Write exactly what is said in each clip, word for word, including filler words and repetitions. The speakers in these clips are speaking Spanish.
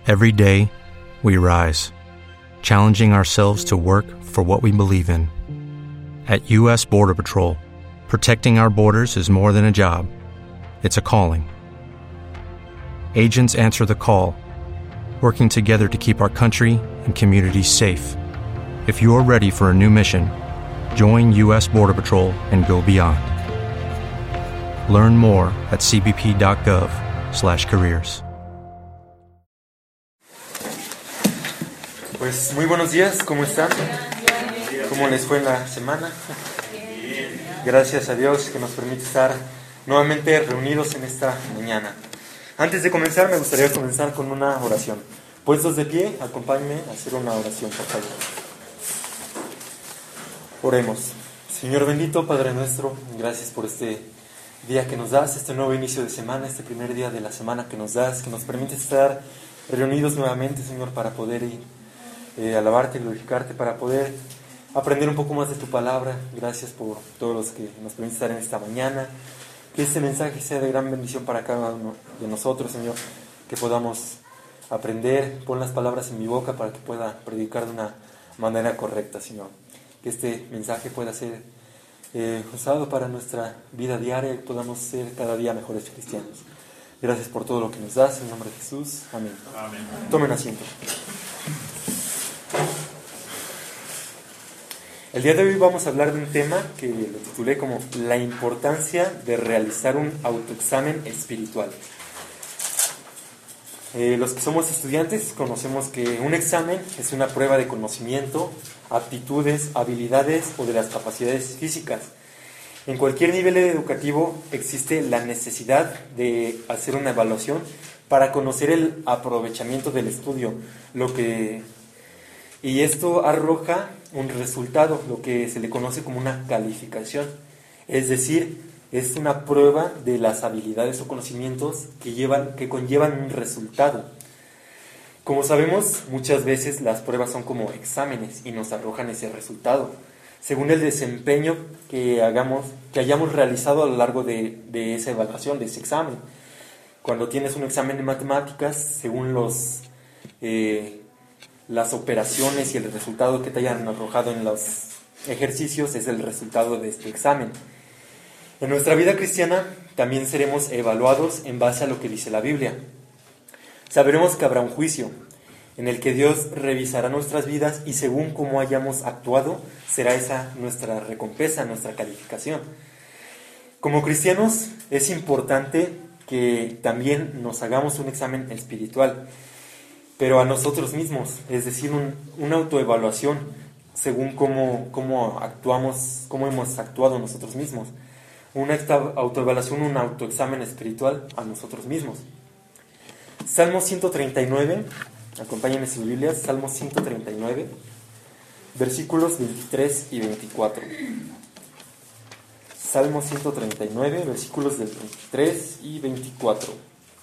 Every day, we rise, challenging ourselves to work for what we believe in. At U S Border Patrol, protecting our borders is more than a job. It's a calling. Agents answer the call, working together to keep our country and communities safe. If you're ready for a new mission, join U S Border Patrol and go beyond. Learn more at c b p dot gov slash careers. Pues muy buenos días, ¿cómo están? ¿Cómo les fue en la semana? Gracias a Dios que nos permite estar nuevamente reunidos en esta mañana. Antes de comenzar, me gustaría comenzar con una oración. Puestos de pie, acompáñenme a hacer una oración, por favor. Oremos. Señor bendito, Padre nuestro, gracias por este día que nos das, este nuevo inicio de semana, este primer día de la semana que nos das, que nos permite estar reunidos nuevamente, Señor, para poder ir, eh, alabarte, glorificarte, para poder aprender un poco más de tu palabra. Gracias por todos los que nos permiten estar en esta mañana. Que este mensaje sea de gran bendición para cada uno de nosotros, Señor, que podamos aprender. Pon las palabras en mi boca para que pueda predicar de una manera correcta, Señor. Que este mensaje pueda ser eh, usado para nuestra vida diaria y podamos ser cada día mejores cristianos. Gracias por todo lo que nos das, en nombre de Jesús. Amén. Amén. Tomen asiento. El día de hoy vamos a hablar de un tema que lo titulé como la importancia de realizar un autoexamen espiritual. Eh, los que somos estudiantes conocemos que un examen es una prueba de conocimiento, aptitudes, habilidades o de las capacidades físicas. En cualquier nivel educativo existe la necesidad de hacer una evaluación para conocer el aprovechamiento del estudio, lo que, y esto arroja un resultado, lo que se le conoce como una calificación. Es decir, es una prueba de las habilidades o conocimientos que llevan, que conllevan un resultado. Como sabemos, muchas veces las pruebas son como exámenes y nos arrojan ese resultado, según el desempeño que hagamos, que hayamos realizado a lo largo de, de esa evaluación, de ese examen. Cuando tienes un examen de matemáticas, según los, eh, las operaciones y el resultado que te hayan arrojado en los ejercicios, es el resultado de este examen. En nuestra vida cristiana también seremos evaluados en base a lo que dice la Biblia. Sabremos que habrá un juicio en el que Dios revisará nuestras vidas y según cómo hayamos actuado, será esa nuestra recompensa, nuestra calificación. Como cristianos es importante que también nos hagamos un examen espiritual, pero a nosotros mismos, es decir, un, una autoevaluación según cómo, cómo actuamos, cómo hemos actuado nosotros mismos. Una autoevaluación, un autoexamen espiritual a nosotros mismos. Salmo ciento treinta y nueve, acompáñenme en sus Biblias, Salmo ciento treinta y nueve, versículos veintitrés y veinticuatro. Salmo ciento treinta y nueve, versículos del veintitrés y veinticuatro.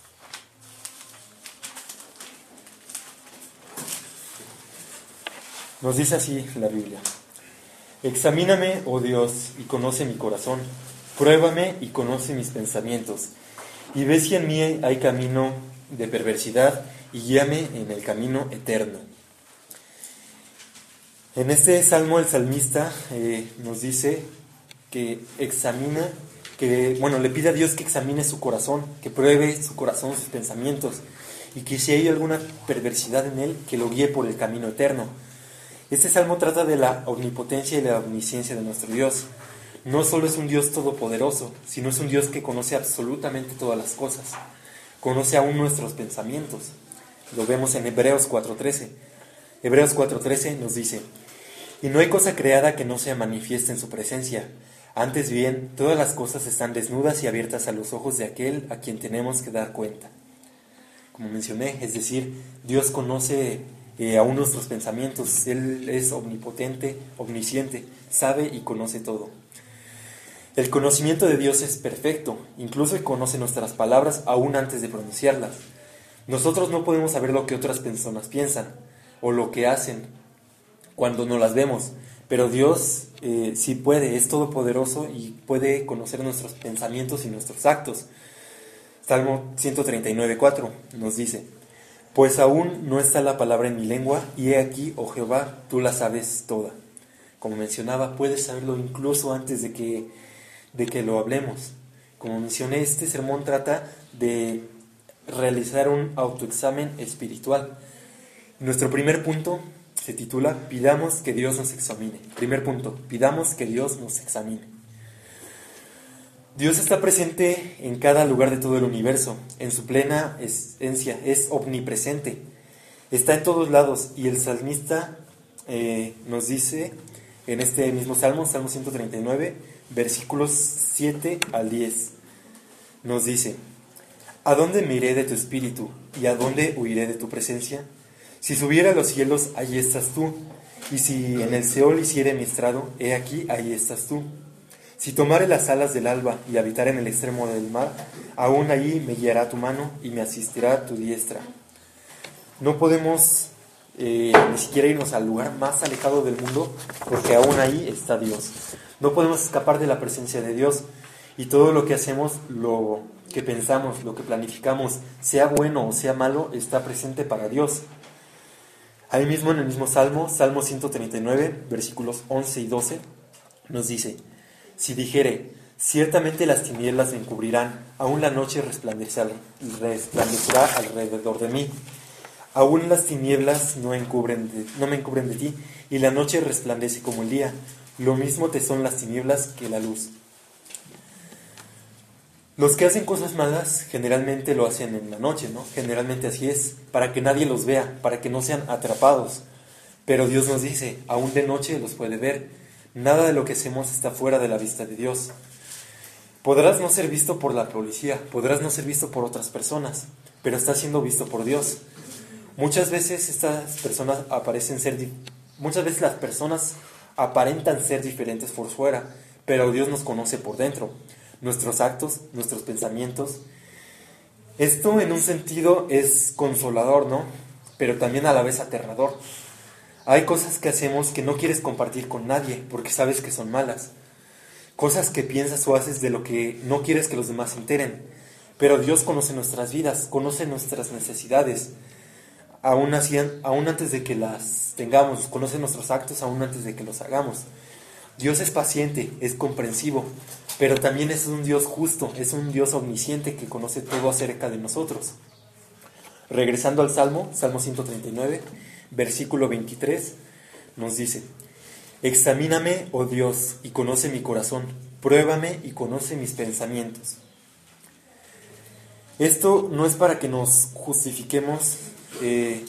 Nos dice así la Biblia: Examíname, oh Dios, y conoce mi corazón. Pruébame y conoce mis pensamientos, y ve si en mí hay camino de perversidad, y guíame en el camino eterno. En este salmo el salmista eh, nos dice que examina, que bueno, le pide a Dios que examine su corazón, que pruebe su corazón, sus pensamientos, y que si hay alguna perversidad en él, que lo guíe por el camino eterno. Este salmo trata de la omnipotencia y la omnisciencia de nuestro Dios. No solo es un Dios todopoderoso, sino es un Dios que conoce absolutamente todas las cosas. Conoce aún nuestros pensamientos. Lo vemos en Hebreos cuatro trece. Hebreos cuatro trece nos dice: Y no hay cosa creada que no sea manifiesta en su presencia. Antes bien, todas las cosas están desnudas y abiertas a los ojos de aquel a quien tenemos que dar cuenta. Como mencioné, es decir, Dios conoce eh, aún nuestros pensamientos. Él es omnipotente, omnisciente, sabe y conoce todo. El conocimiento de Dios es perfecto, incluso conoce nuestras palabras aún antes de pronunciarlas. Nosotros no podemos saber lo que otras personas piensan o lo que hacen cuando no las vemos, pero Dios eh, sí puede, es todopoderoso y puede conocer nuestros pensamientos y nuestros actos. Salmo ciento treinta y nueve, cuatro nos dice: Pues aún no está la palabra en mi lengua, y he aquí, oh Jehová, tú la sabes toda. Como mencionaba, puedes saberlo incluso antes de que, de que lo hablemos. Como mencioné, este sermón trata de realizar un autoexamen espiritual. Nuestro primer punto se titula Pidamos que Dios nos examine. Primer punto, pidamos que Dios nos examine. Dios está presente en cada lugar de todo el universo, en su plena esencia, es omnipresente, está en todos lados, y el salmista eh, nos dice en este mismo salmo, Salmo ciento treinta y nueve, versículos siete al diez, nos dice: ¿A dónde me iré de tu espíritu, y a dónde huiré de tu presencia? Si subiera a los cielos, allí estás tú, y si en el Seol hiciere mi estrado, he aquí, ahí estás tú. Si tomare las alas del alba y habitar en el extremo del mar, aún allí me guiará tu mano y me asistirá tu diestra. No podemos eh, ni siquiera irnos al lugar más alejado del mundo, porque aún ahí está Dios. No podemos escapar de la presencia de Dios, y todo lo que hacemos, lo que pensamos, lo que planificamos, sea bueno o sea malo, está presente para Dios. Ahí mismo en el mismo Salmo, Salmo ciento treinta y nueve, versículos once y doce, nos dice: Si dijere, ciertamente las tinieblas me encubrirán, aún la noche resplandecerá, resplandecerá alrededor de mí. Aún las tinieblas no, encubren de, no me encubren de ti, y la noche resplandece como el día. Lo mismo te son las tinieblas que la luz. Los que hacen cosas malas generalmente lo hacen en la noche, ¿no? Generalmente así es, para que nadie los vea, para que no sean atrapados. Pero Dios nos dice, aún de noche los puede ver. Nada de lo que hacemos está fuera de la vista de Dios. Podrás no ser visto por la policía, podrás no ser visto por otras personas, pero estás siendo visto por Dios. Muchas veces estas personas aparecen ser, muchas veces las personas aparentan ser diferentes por fuera, pero Dios nos conoce por dentro, nuestros actos, nuestros pensamientos. Esto en un sentido es consolador, ¿no? Pero también a la vez aterrador. Hay cosas que hacemos que no quieres compartir con nadie porque sabes que son malas. Cosas que piensas o haces de lo que no quieres que los demás se enteren. Pero Dios conoce nuestras vidas, conoce nuestras necesidades. Aún así, aún antes de que las tengamos, conoce nuestros actos aún antes de que los hagamos. Dios es paciente, es comprensivo, pero también es un Dios justo, es un Dios omnisciente que conoce todo acerca de nosotros. Regresando al Salmo, Salmo ciento treinta y nueve, versículo veintitrés, nos dice: Examíname, oh Dios, y conoce mi corazón, pruébame y conoce mis pensamientos. Esto no es para que nos justifiquemos eh,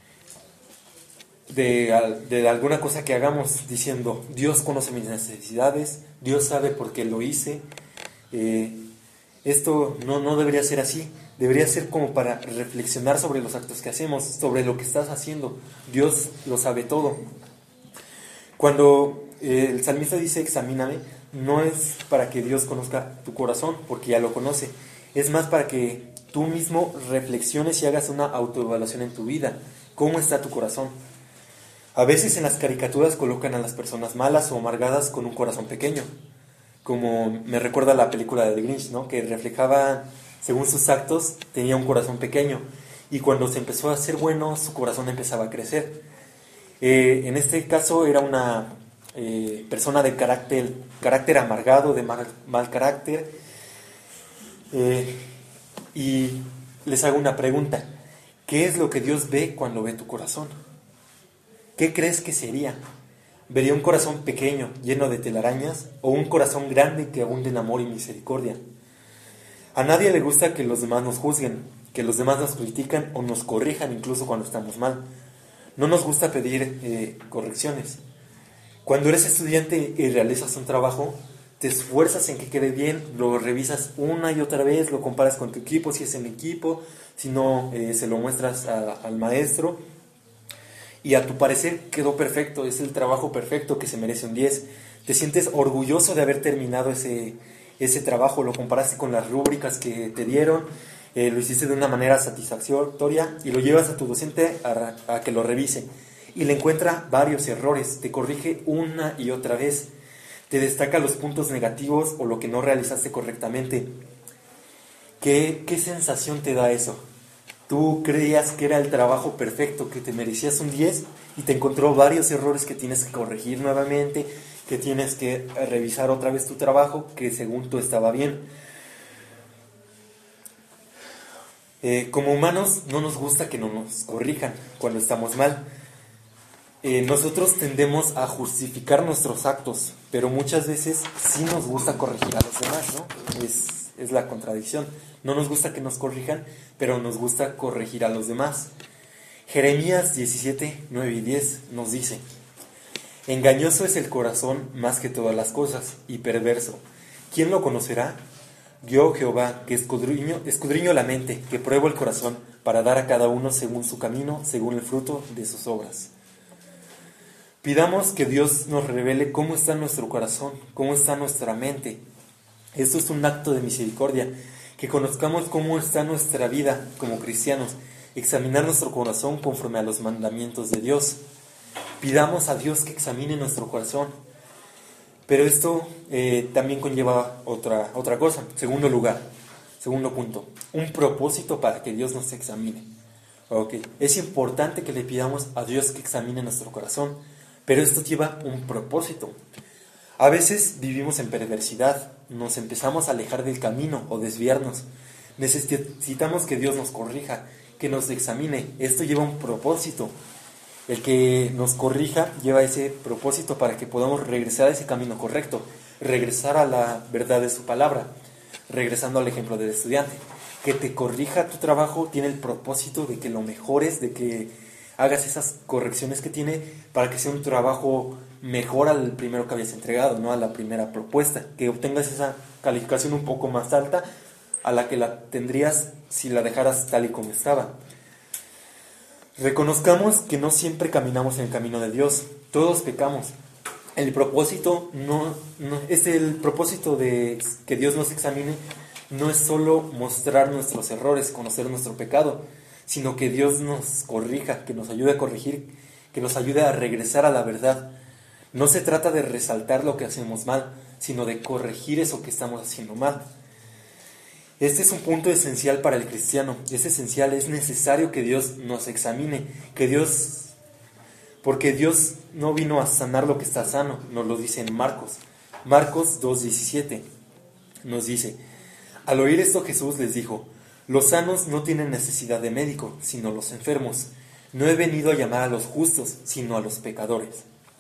de, de alguna cosa que hagamos diciendo, Dios conoce mis necesidades, Dios sabe por qué lo hice. Eh, esto no, no debería ser así. Debería ser como para reflexionar sobre los actos que hacemos, sobre lo que estás haciendo. Dios lo sabe todo. Cuando eh, el salmista dice examíname, no es para que Dios conozca tu corazón, porque ya lo conoce. Es más para que tú mismo reflexiones y hagas una autoevaluación en tu vida. ¿Cómo está tu corazón? A veces en las caricaturas colocan a las personas malas o amargadas con un corazón pequeño. Como me recuerda la película de The Grinch, ¿no? Que reflejaba, según sus actos, tenía un corazón pequeño. Y cuando se empezó a hacer bueno, su corazón empezaba a crecer. Eh, en este caso era una eh, persona de carácter, carácter amargado, de mal, mal carácter. Eh, y les hago una pregunta. ¿Qué es lo que Dios ve cuando ve tu corazón? ¿Qué crees que sería? ¿Vería un corazón pequeño, lleno de telarañas, o un corazón grande que abunde en amor y misericordia? A nadie le gusta que los demás nos juzguen, que los demás nos critican o nos corrijan incluso cuando estamos mal. No nos gusta pedir eh, correcciones. Cuando eres estudiante y realizas un trabajo, te esfuerzas en que quede bien, lo revisas una y otra vez, lo comparas con tu equipo, si es en equipo, si no, eh, se lo muestras a, al maestro. Y a tu parecer quedó perfecto, es el trabajo perfecto que se merece un diez. Te sientes orgulloso de haber terminado ese, ese trabajo, lo comparaste con las rúbricas que te dieron, eh, lo hiciste de una manera satisfactoria y lo llevas a tu docente a, a que lo revise. Y le encuentra varios errores, te corrige una y otra vez, te destaca los puntos negativos o lo que no realizaste correctamente. ¿Qué, qué sensación te da eso? Tú creías que era el trabajo perfecto, que te merecías un diez y te encontró varios errores que tienes que corregir nuevamente, que tienes que revisar otra vez tu trabajo, que según tú estaba bien. Eh, como humanos no nos gusta que no nos corrijan cuando estamos mal. Eh, nosotros tendemos a justificar nuestros actos, pero muchas veces sí nos gusta corregir a los demás, ¿no? Es, es la contradicción. No nos gusta que nos corrijan, pero nos gusta corregir a los demás. Jeremías diecisiete, nueve y diez nos dice: engañoso es el corazón más que todas las cosas, y perverso. ¿Quién lo conocerá? Yo, Jehová, que escudriño, escudriño la mente, que pruebo el corazón, para dar a cada uno según su camino, según el fruto de sus obras. Pidamos que Dios nos revele cómo está nuestro corazón, cómo está nuestra mente. Esto es un acto de misericordia, que conozcamos cómo está nuestra vida como cristianos, examinar nuestro corazón conforme a los mandamientos de Dios. Pidamos a Dios que examine nuestro corazón. Pero esto eh, también conlleva otra, otra cosa. Segundo lugar, segundo punto, un propósito para que Dios nos examine. Okay. Es importante que le pidamos a Dios que examine nuestro corazón, pero esto lleva un propósito. A veces vivimos en perversidad, nos empezamos a alejar del camino o desviarnos. Necesitamos que Dios nos corrija, que nos examine. Esto lleva un propósito. El que nos corrija lleva ese propósito para que podamos regresar a ese camino correcto, regresar a la verdad de su palabra, regresando al ejemplo del estudiante. Que te corrija tu trabajo tiene el propósito de que lo mejores, de que hagas esas correcciones que tiene para que sea un trabajo mejor al primero que habías entregado, no a la primera propuesta, que obtengas esa calificación un poco más alta a la que la tendrías si la dejaras tal y como estaba. Reconozcamos que no siempre caminamos en el camino de Dios, todos pecamos. El propósito no, no es el propósito de que Dios nos examine, no es solo mostrar nuestros errores, conocer nuestro pecado, sino que Dios nos corrija, que nos ayude a corregir, que nos ayude a regresar a la verdad. No se trata de resaltar lo que hacemos mal, sino de corregir eso que estamos haciendo mal. Este es un punto esencial para el cristiano. Es esencial, es necesario que Dios nos examine, que Dios, porque Dios no vino a sanar lo que está sano, nos lo dice en Marcos. Marcos dos diecisiete nos dice: al oír esto Jesús les dijo: los sanos no tienen necesidad de médico, sino los enfermos. No he venido a llamar a los justos, sino a los pecadores.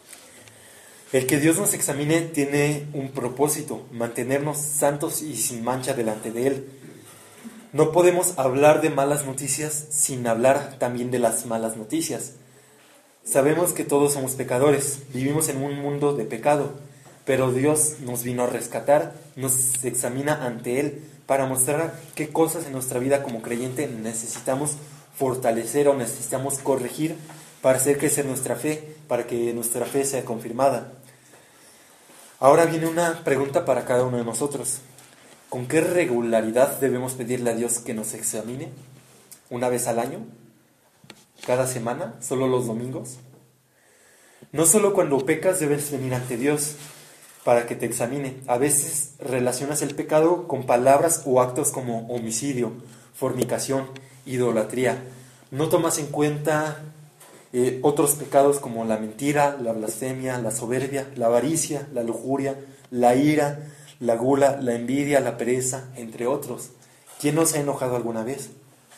El que Dios nos examine tiene un propósito: mantenernos santos y sin mancha delante de Él. No podemos hablar de malas noticias sin hablar también de las malas noticias. Sabemos que todos somos pecadores, vivimos en un mundo de pecado, pero Dios nos vino a rescatar, nos examina ante Él para mostrar qué cosas en nuestra vida como creyente necesitamos fortalecer o necesitamos corregir para hacer crecer nuestra fe, para que nuestra fe sea confirmada. Ahora viene una pregunta para cada uno de nosotros. ¿Con qué regularidad debemos pedirle a Dios que nos examine? ¿Una vez al año? ¿Cada semana? ¿Solo los domingos? No solo cuando pecas debes venir ante Dios para que te examine. A veces relacionas el pecado con palabras o actos como homicidio, fornicación, idolatría. No tomas en cuenta Eh, otros pecados como la mentira, la blasfemia, la soberbia, la avaricia, la lujuria, la ira, la gula, la envidia, la pereza, entre otros. ¿Quién no se ha enojado alguna vez?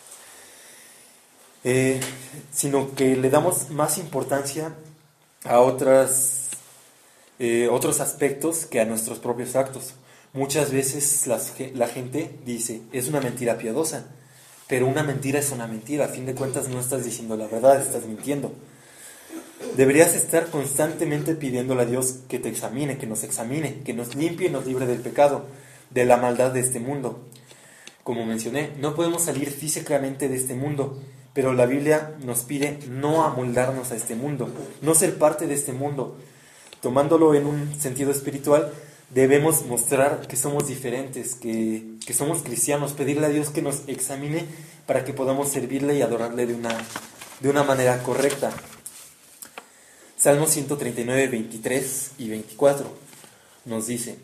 Eh, sino que le damos más importancia a otras, eh, otros aspectos que a nuestros propios actos. Muchas veces las, la gente dice: es una mentira piadosa. Pero una mentira es una mentira, a fin de cuentas no estás diciendo la verdad, estás mintiendo. Deberías estar constantemente pidiéndole a Dios que te examine, que nos examine, que nos limpie y nos libre del pecado, de la maldad de este mundo. Como mencioné, no podemos salir físicamente de este mundo, pero la Biblia nos pide no amoldarnos a este mundo, no ser parte de este mundo. Tomándolo en un sentido espiritual, debemos mostrar que somos diferentes, que, que somos cristianos, pedirle a Dios que nos examine para que podamos servirle y adorarle de una, de una manera correcta. Salmo ciento treinta y nueve, veintitrés y veinticuatro nos dice: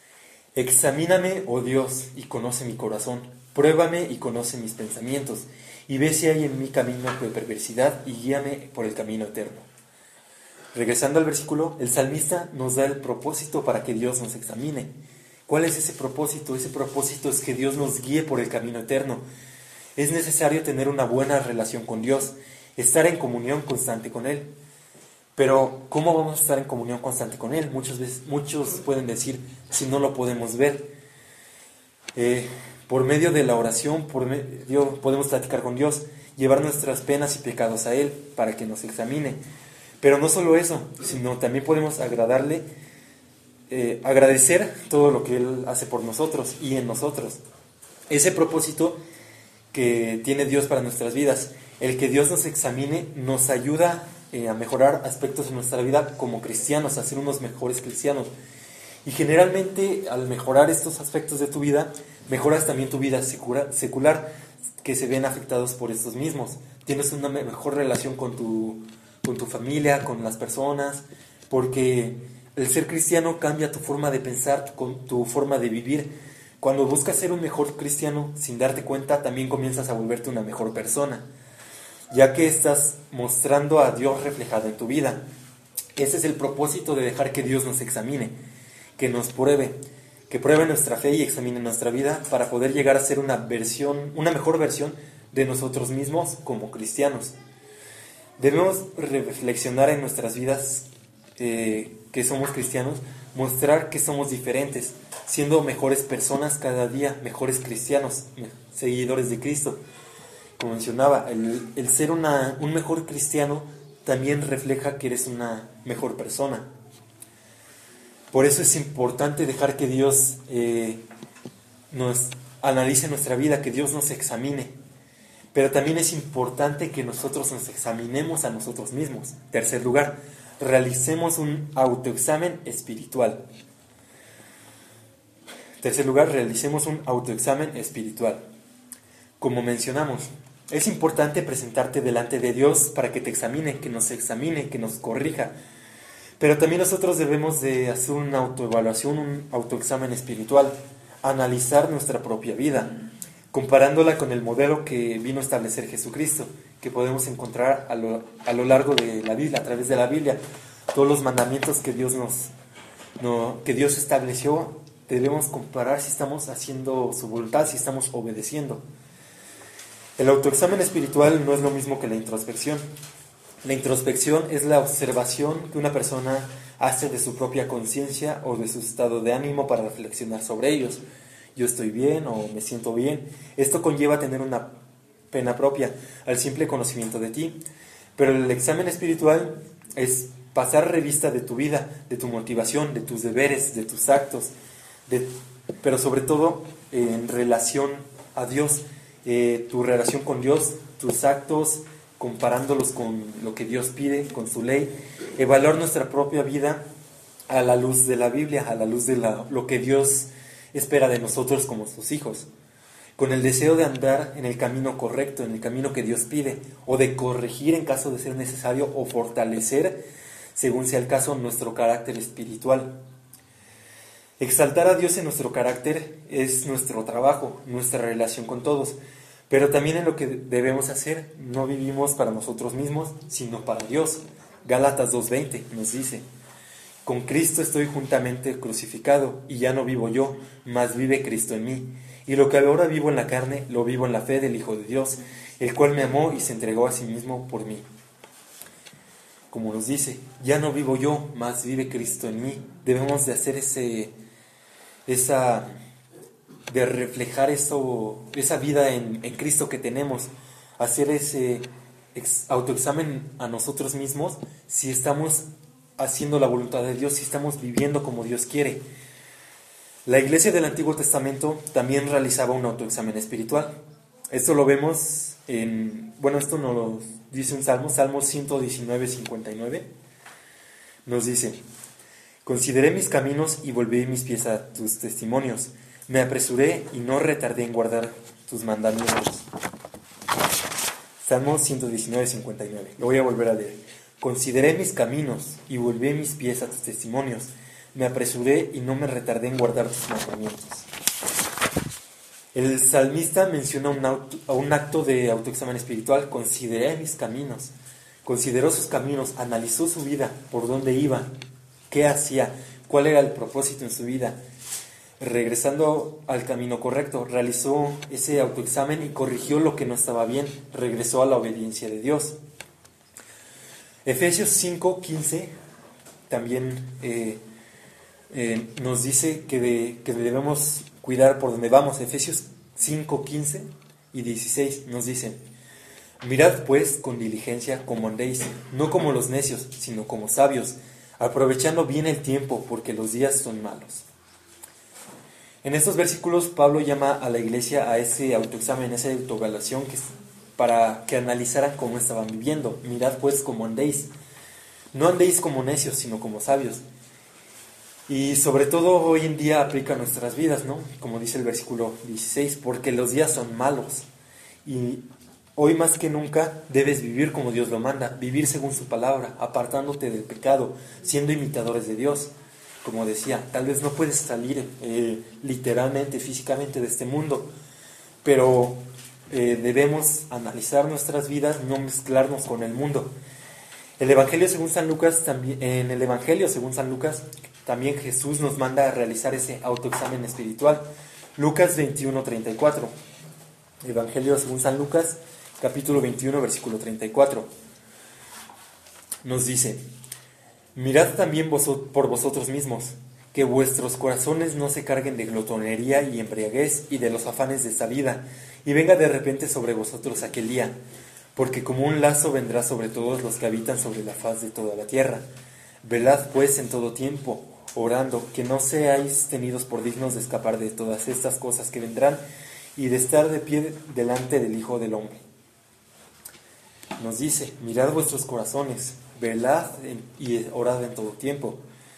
examíname, oh Dios, y conoce mi corazón, pruébame y conoce mis pensamientos, y ve si hay en mí camino de perversidad y guíame por el camino eterno. Regresando al versículo, el salmista nos da el propósito para que Dios nos examine. ¿Cuál es ese propósito? Ese propósito es que Dios nos guíe por el camino eterno. Es necesario tener una buena relación con Dios, estar en comunión constante con Él. Pero, ¿cómo vamos a estar en comunión constante con Él? Muchas veces, muchos pueden decir, si no lo podemos ver. Eh, por medio de la oración, por medio, podemos platicar con Dios, llevar nuestras penas y pecados a Él para que nos examine. Pero no solo eso, sino también podemos agradarle, eh, agradecer todo lo que Él hace por nosotros y en nosotros. Ese propósito que tiene Dios para nuestras vidas, el que Dios nos examine, nos ayuda eh, a mejorar aspectos de nuestra vida como cristianos, a ser unos mejores cristianos. Y generalmente, al mejorar estos aspectos de tu vida, mejoras también tu vida secular, secular que se ven afectados por estos mismos. Tienes una mejor relación con tu, con tu familia, con las personas, porque el ser cristiano cambia tu forma de pensar, con tu forma de vivir. Cuando buscas ser un mejor cristiano, sin darte cuenta, también comienzas a volverte una mejor persona, ya que estás mostrando a Dios reflejado en tu vida. Ese es el propósito de dejar que Dios nos examine, que nos pruebe, que pruebe nuestra fe y examine nuestra vida para poder llegar a ser una versión, una mejor versión de nosotros mismos como cristianos. Debemos reflexionar en nuestras vidas eh, que somos cristianos, mostrar que somos diferentes, siendo mejores personas cada día, mejores cristianos, seguidores de Cristo. Como mencionaba, el, el ser una, un mejor cristiano también refleja que eres una mejor persona. Por eso es importante dejar que Dios eh, nos analice nuestra vida, que Dios nos examine. Pero también es importante que nosotros nos examinemos a nosotros mismos. Tercer lugar, realicemos un autoexamen espiritual. Tercer lugar, realicemos un autoexamen espiritual. Como mencionamos, es importante presentarte delante de Dios para que te examine, que nos examine, que nos corrija. Pero también nosotros debemos de hacer una autoevaluación, un autoexamen espiritual, analizar nuestra propia vida, comparándola con el modelo que vino a establecer Jesucristo, que podemos encontrar a lo, a lo largo de la Biblia, a través de la Biblia. Todos los mandamientos que Dios nos, no, que Dios estableció, debemos comparar si estamos haciendo su voluntad, si estamos obedeciendo. El autoexamen espiritual no es lo mismo que la introspección. La introspección es la observación que una persona hace de su propia conciencia o de su estado de ánimo para reflexionar sobre ellos. Yo estoy bien o me siento bien. Esto conlleva tener una pena propia al simple conocimiento de ti. Pero el examen espiritual es pasar revista de tu vida, de tu motivación, de tus deberes, de tus actos, de, pero sobre todo eh, en relación a Dios, eh, tu relación con Dios, tus actos, comparándolos con lo que Dios pide, con su ley, evaluar nuestra propia vida a la luz de la Biblia, a la luz de la, lo que Dios espera de nosotros como sus hijos, con el deseo de andar en el camino correcto, en el camino que Dios pide, o de corregir en caso de ser necesario, o fortalecer, según sea el caso, nuestro carácter espiritual. Exaltar a Dios en nuestro carácter es nuestro trabajo, nuestra relación con todos, pero también en lo que debemos hacer. No vivimos para nosotros mismos, sino para Dios. Gálatas dos veinte nos dice: con Cristo estoy juntamente crucificado, y ya no vivo yo, mas vive Cristo en mí. Y lo que ahora vivo en la carne, lo vivo en la fe del Hijo de Dios, el cual me amó y se entregó a sí mismo por mí. Como nos dice, ya no vivo yo, mas vive Cristo en mí. Debemos de hacer ese, esa, de reflejar eso, esa vida en, en Cristo que tenemos, hacer ese ex, autoexamen a nosotros mismos, si estamos haciendo la voluntad de Dios, si estamos viviendo como Dios quiere. La iglesia del Antiguo Testamento también realizaba un autoexamen espiritual. Esto lo vemos en, bueno, esto nos lo dice un salmo, Salmo ciento diecinueve, cincuenta y nueve. Nos dice: consideré mis caminos y volví mis pies a tus testimonios. Me apresuré y no retardé en guardar tus mandamientos. Salmo ciento diecinueve, cincuenta y nueve. Lo voy a volver a leer. Consideré mis caminos y volví mis pies a tus testimonios. Me apresuré y no me retardé en guardar tus mandamientos. El salmista menciona un, auto, un acto de autoexamen espiritual. Consideré mis caminos, consideró sus caminos, analizó su vida, por dónde iba, qué hacía, cuál era el propósito en su vida. Regresando al camino correcto, realizó ese autoexamen y corrigió lo que no estaba bien, regresó a la obediencia de Dios. Efesios cinco quince también eh, eh, nos dice que, de, que debemos cuidar por donde vamos. Efesios cinco quince y dieciséis nos dice: mirad pues con diligencia como andéis, no como los necios, sino como sabios, aprovechando bien el tiempo, porque los días son malos. En estos versículos Pablo llama a la iglesia a ese autoexamen, a esa autoevaluación, que, para que analizaran cómo estaban viviendo. Mirad pues cómo andéis. No andéis como necios, sino como sabios. Y sobre todo hoy en día aplica a nuestras vidas, ¿no? Como dice el versículo dieciséis, porque los días son malos. Y hoy más que nunca debes vivir como Dios lo manda, vivir según su palabra, apartándote del pecado, siendo imitadores de Dios. Como decía, tal vez no puedes salir eh, literalmente, físicamente de este mundo, pero eh, debemos analizar nuestras vidas, no mezclarnos con el mundo. El Evangelio según San Lucas, también, en el Evangelio según San Lucas, también Jesús nos manda a realizar ese autoexamen espiritual. Lucas veintiuno treinta y cuatro. Evangelio según San Lucas, capítulo veintiuno, versículo treinta y cuatro. Nos dice: mirad también vosotros, por vosotros mismos, que vuestros corazones no se carguen de glotonería y embriaguez y de los afanes de esta vida, y venga de repente sobre vosotros aquel día, porque como un lazo vendrá sobre todos los que habitan sobre la faz de toda la tierra. Velad pues en todo tiempo, orando, que no seáis tenidos por dignos de escapar de todas estas cosas que vendrán, y de estar de pie delante del Hijo del Hombre. Nos dice: mirad vuestros corazones, velad y orad en todo tiempo.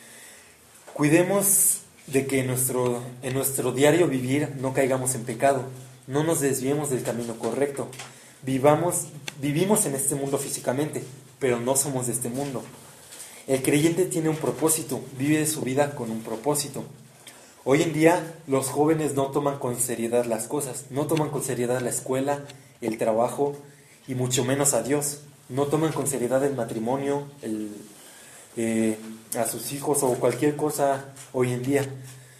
Cuidemos de que en nuestro, en nuestro diario vivir no caigamos en pecado, no nos desviemos del camino correcto. Vivamos, vivimos en este mundo físicamente, pero no somos de este mundo. El creyente tiene un propósito, vive su vida con un propósito. Hoy en día los jóvenes no toman con seriedad las cosas, no toman con seriedad la escuela, el trabajo y mucho menos a Dios. No toman con seriedad el matrimonio, el, eh, a sus hijos o cualquier cosa hoy en día.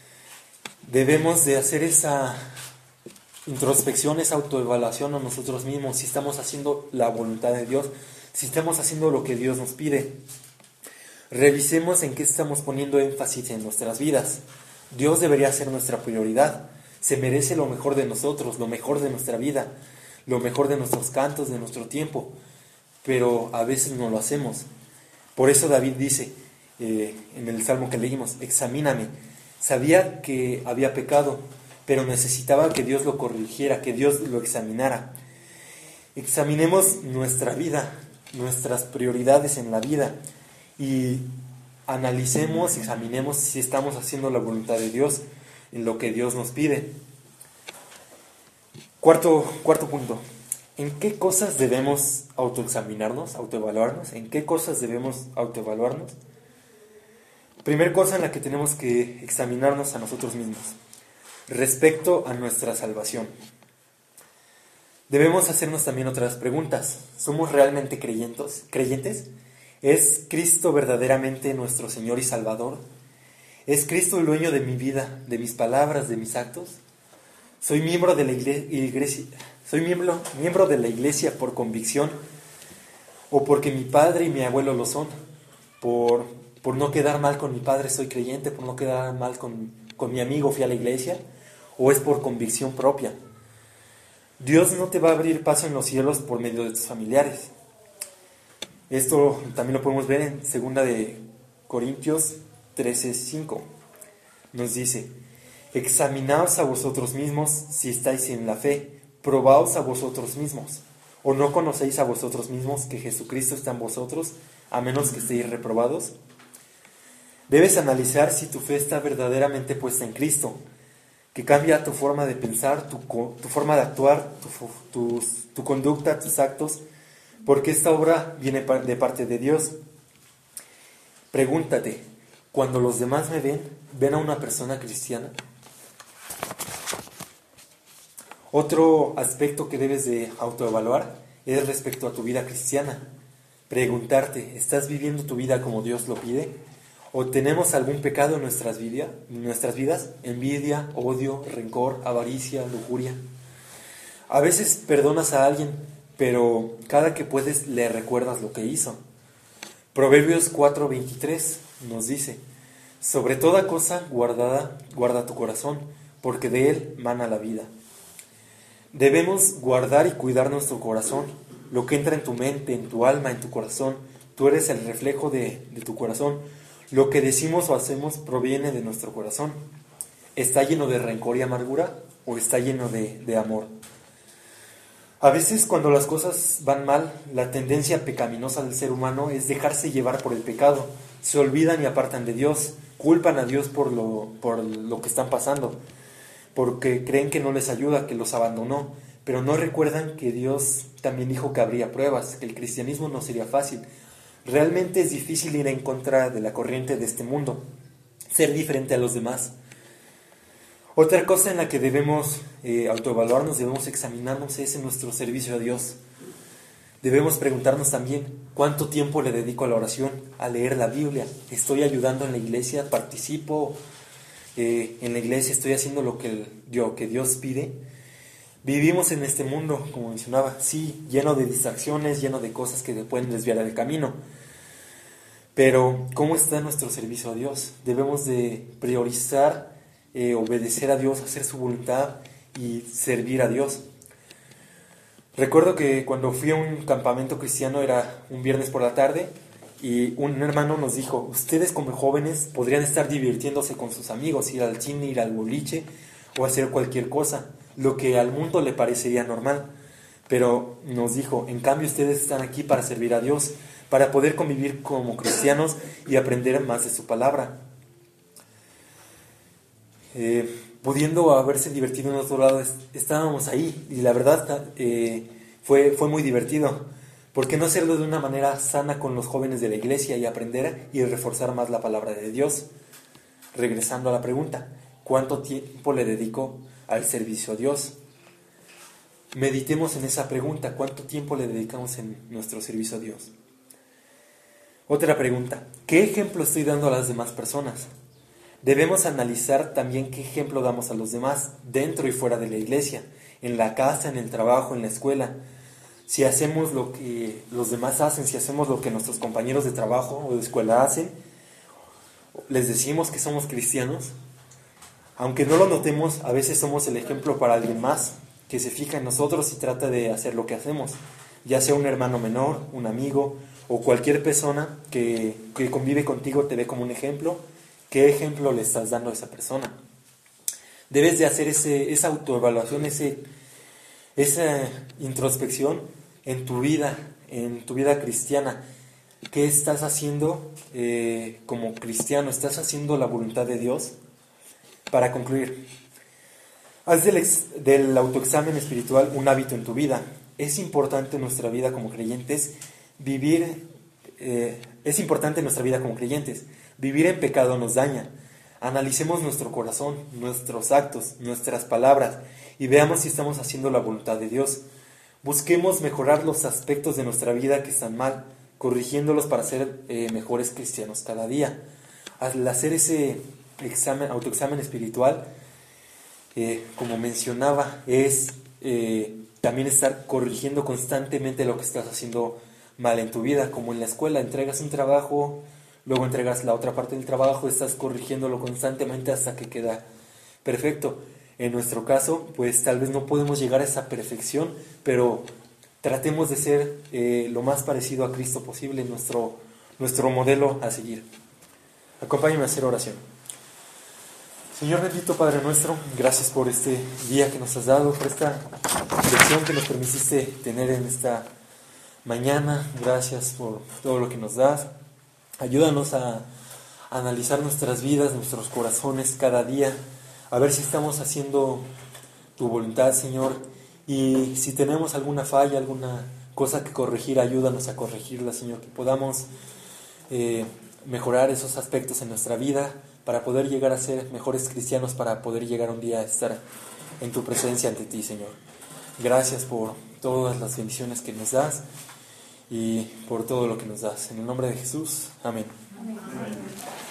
Debemos de hacer esa introspección, esa autoevaluación a nosotros mismos, si estamos haciendo la voluntad de Dios, si estamos haciendo lo que Dios nos pide. Revisemos en qué estamos poniendo énfasis en nuestras vidas. Dios debería ser nuestra prioridad. Se merece lo mejor de nosotros, lo mejor de nuestra vida, lo mejor de nuestros cantos, de nuestro tiempo. Pero a veces no lo hacemos. Por eso David dice eh, en el salmo que leímos: examíname. Sabía que había pecado, pero necesitaba que Dios lo corrigiera, que Dios lo examinara. Examinemos nuestra vida, nuestras prioridades en la vida, y analicemos, examinemos si estamos haciendo la voluntad de Dios en lo que Dios nos pide. Cuarto, cuarto punto. ¿En qué cosas debemos autoexaminarnos, autoevaluarnos? ¿En qué cosas debemos autoevaluarnos? Primera cosa en la que tenemos que examinarnos a nosotros mismos, respecto a nuestra salvación. Debemos hacernos también otras preguntas. ¿Somos realmente creyentes? ¿Creyentes? ¿Es Cristo verdaderamente nuestro Señor y Salvador? ¿Es Cristo el dueño de mi vida, de mis palabras, de mis actos? ¿Soy miembro de la iglesia, soy miembro, miembro de la iglesia por convicción o porque mi padre y mi abuelo lo son? Por, por no quedar mal con mi padre soy creyente, por no quedar mal con, con mi amigo fui a la iglesia, ¿o es por convicción propia? Dios no te va a abrir paso en los cielos por medio de tus familiares. Esto también lo podemos ver en segunda de Corintios trece cinco. Nos dice: examinaos a vosotros mismos si estáis en la fe, probaos a vosotros mismos, o no conocéis a vosotros mismos que Jesucristo está en vosotros, a menos que estéis reprobados. Debes analizar si tu fe está verdaderamente puesta en Cristo, que cambia tu forma de pensar, tu, tu forma de actuar, tu, tu, tu conducta, tus actos, porque esta obra viene de parte de Dios. Pregúntate: cuando los demás me ven, ¿ven a una persona cristiana? Otro aspecto que debes de autoevaluar es respecto a tu vida cristiana. Preguntarte, ¿estás viviendo tu vida como Dios lo pide? ¿O tenemos algún pecado en nuestras, vida, en nuestras vidas? Envidia, odio, rencor, avaricia, lujuria. A veces perdonas a alguien, pero cada que puedes le recuerdas lo que hizo. Proverbios cuatro veintitrés nos dice: sobre toda cosa guardada, guarda tu corazón, porque de él mana la vida. Debemos guardar y cuidar nuestro corazón, lo que entra en tu mente, en tu alma, en tu corazón. Tú eres el reflejo de, de tu corazón. Lo que decimos o hacemos proviene de nuestro corazón. ¿Está lleno de rencor y amargura o está lleno de, de amor? A veces cuando las cosas van mal, la tendencia pecaminosa del ser humano es dejarse llevar por el pecado. Se olvidan y apartan de Dios, culpan a Dios por lo, por lo que están pasando, porque creen que no les ayuda, que los abandonó, pero no recuerdan que Dios también dijo que habría pruebas, que el cristianismo no sería fácil. Realmente es difícil ir en contra de la corriente de este mundo, ser diferente a los demás. Otra cosa en la que debemos eh, autoevaluarnos, debemos examinarnos es en nuestro servicio a Dios. Debemos preguntarnos también, ¿cuánto tiempo le dedico a la oración, a leer la Biblia? ¿Estoy ayudando en la iglesia? ¿Participo eh, en la iglesia? ¿Estoy haciendo lo que, el, yo, que Dios pide? Vivimos en este mundo, como mencionaba, sí, lleno de distracciones, lleno de cosas que te pueden desviar del camino. Pero, ¿cómo está nuestro servicio a Dios? Debemos de priorizar, eh, obedecer a Dios, hacer su voluntad y servir a Dios. Recuerdo que cuando fui a un campamento cristiano, era un viernes por la tarde, y un hermano nos dijo: ustedes como jóvenes podrían estar divirtiéndose con sus amigos, ir al cine, ir al boliche o hacer cualquier cosa, lo que al mundo le parecería normal. Pero nos dijo, en cambio ustedes están aquí para servir a Dios, para poder convivir como cristianos y aprender más de su palabra. Eh, pudiendo haberse divertido en otro lado, estábamos ahí, y la verdad eh, fue, fue muy divertido. ¿Por qué no hacerlo de una manera sana con los jóvenes de la iglesia y aprender y reforzar más la palabra de Dios? Regresando a la pregunta, ¿cuánto tiempo le dedico al servicio a Dios? Meditemos en esa pregunta, ¿cuánto tiempo le dedicamos en nuestro servicio a Dios? Otra pregunta, ¿qué ejemplo estoy dando a las demás personas? Debemos analizar también qué ejemplo damos a los demás, dentro y fuera de la iglesia, en la casa, en el trabajo, en la escuela. Si hacemos lo que los demás hacen, si hacemos lo que nuestros compañeros de trabajo o de escuela hacen, les decimos que somos cristianos. Aunque no lo notemos, a veces somos el ejemplo para alguien más, que se fija en nosotros y trata de hacer lo que hacemos, ya sea un hermano menor, un amigo o cualquier persona que, que convive contigo te ve como un ejemplo. ¿Qué ejemplo le estás dando a esa persona? Debes de hacer ese, esa autoevaluación, ese, esa introspección en tu vida, en tu vida cristiana. ¿Qué estás haciendo eh, como cristiano? ¿Estás haciendo la voluntad de Dios? Para concluir, haz del, ex, del autoexamen espiritual un hábito en tu vida. Es importante en nuestra vida como creyentes vivir, eh, es importante en nuestra vida como creyentes. Vivir en pecado nos daña. Analicemos nuestro corazón, nuestros actos, nuestras palabras y veamos si estamos haciendo la voluntad de Dios. Busquemos mejorar los aspectos de nuestra vida que están mal, corrigiéndolos para ser eh, mejores cristianos cada día. Al hacer ese examen, autoexamen espiritual, eh, como mencionaba, es eh, también estar corrigiendo constantemente lo que estás haciendo mal en tu vida, como en la escuela, entregas un trabajo, luego entregas la otra parte del trabajo, estás corrigiéndolo constantemente hasta que queda perfecto. En nuestro caso, pues tal vez no podemos llegar a esa perfección, pero tratemos de ser eh, lo más parecido a Cristo posible, nuestro, nuestro modelo a seguir. Acompáñame a hacer oración. Señor bendito, Padre nuestro, gracias por este día que nos has dado, por esta lección que nos permitiste tener en esta mañana. Gracias por todo lo que nos das. Ayúdanos a analizar nuestras vidas, nuestros corazones cada día, a ver si estamos haciendo tu voluntad, Señor. Y si tenemos alguna falla, alguna cosa que corregir, ayúdanos a corregirla, Señor, que podamos eh, mejorar esos aspectos en nuestra vida para poder llegar a ser mejores cristianos, para poder llegar un día a estar en tu presencia ante ti, Señor. Gracias por todas las bendiciones que nos das y por todo lo que nos das. En el nombre de Jesús, amén. Amén.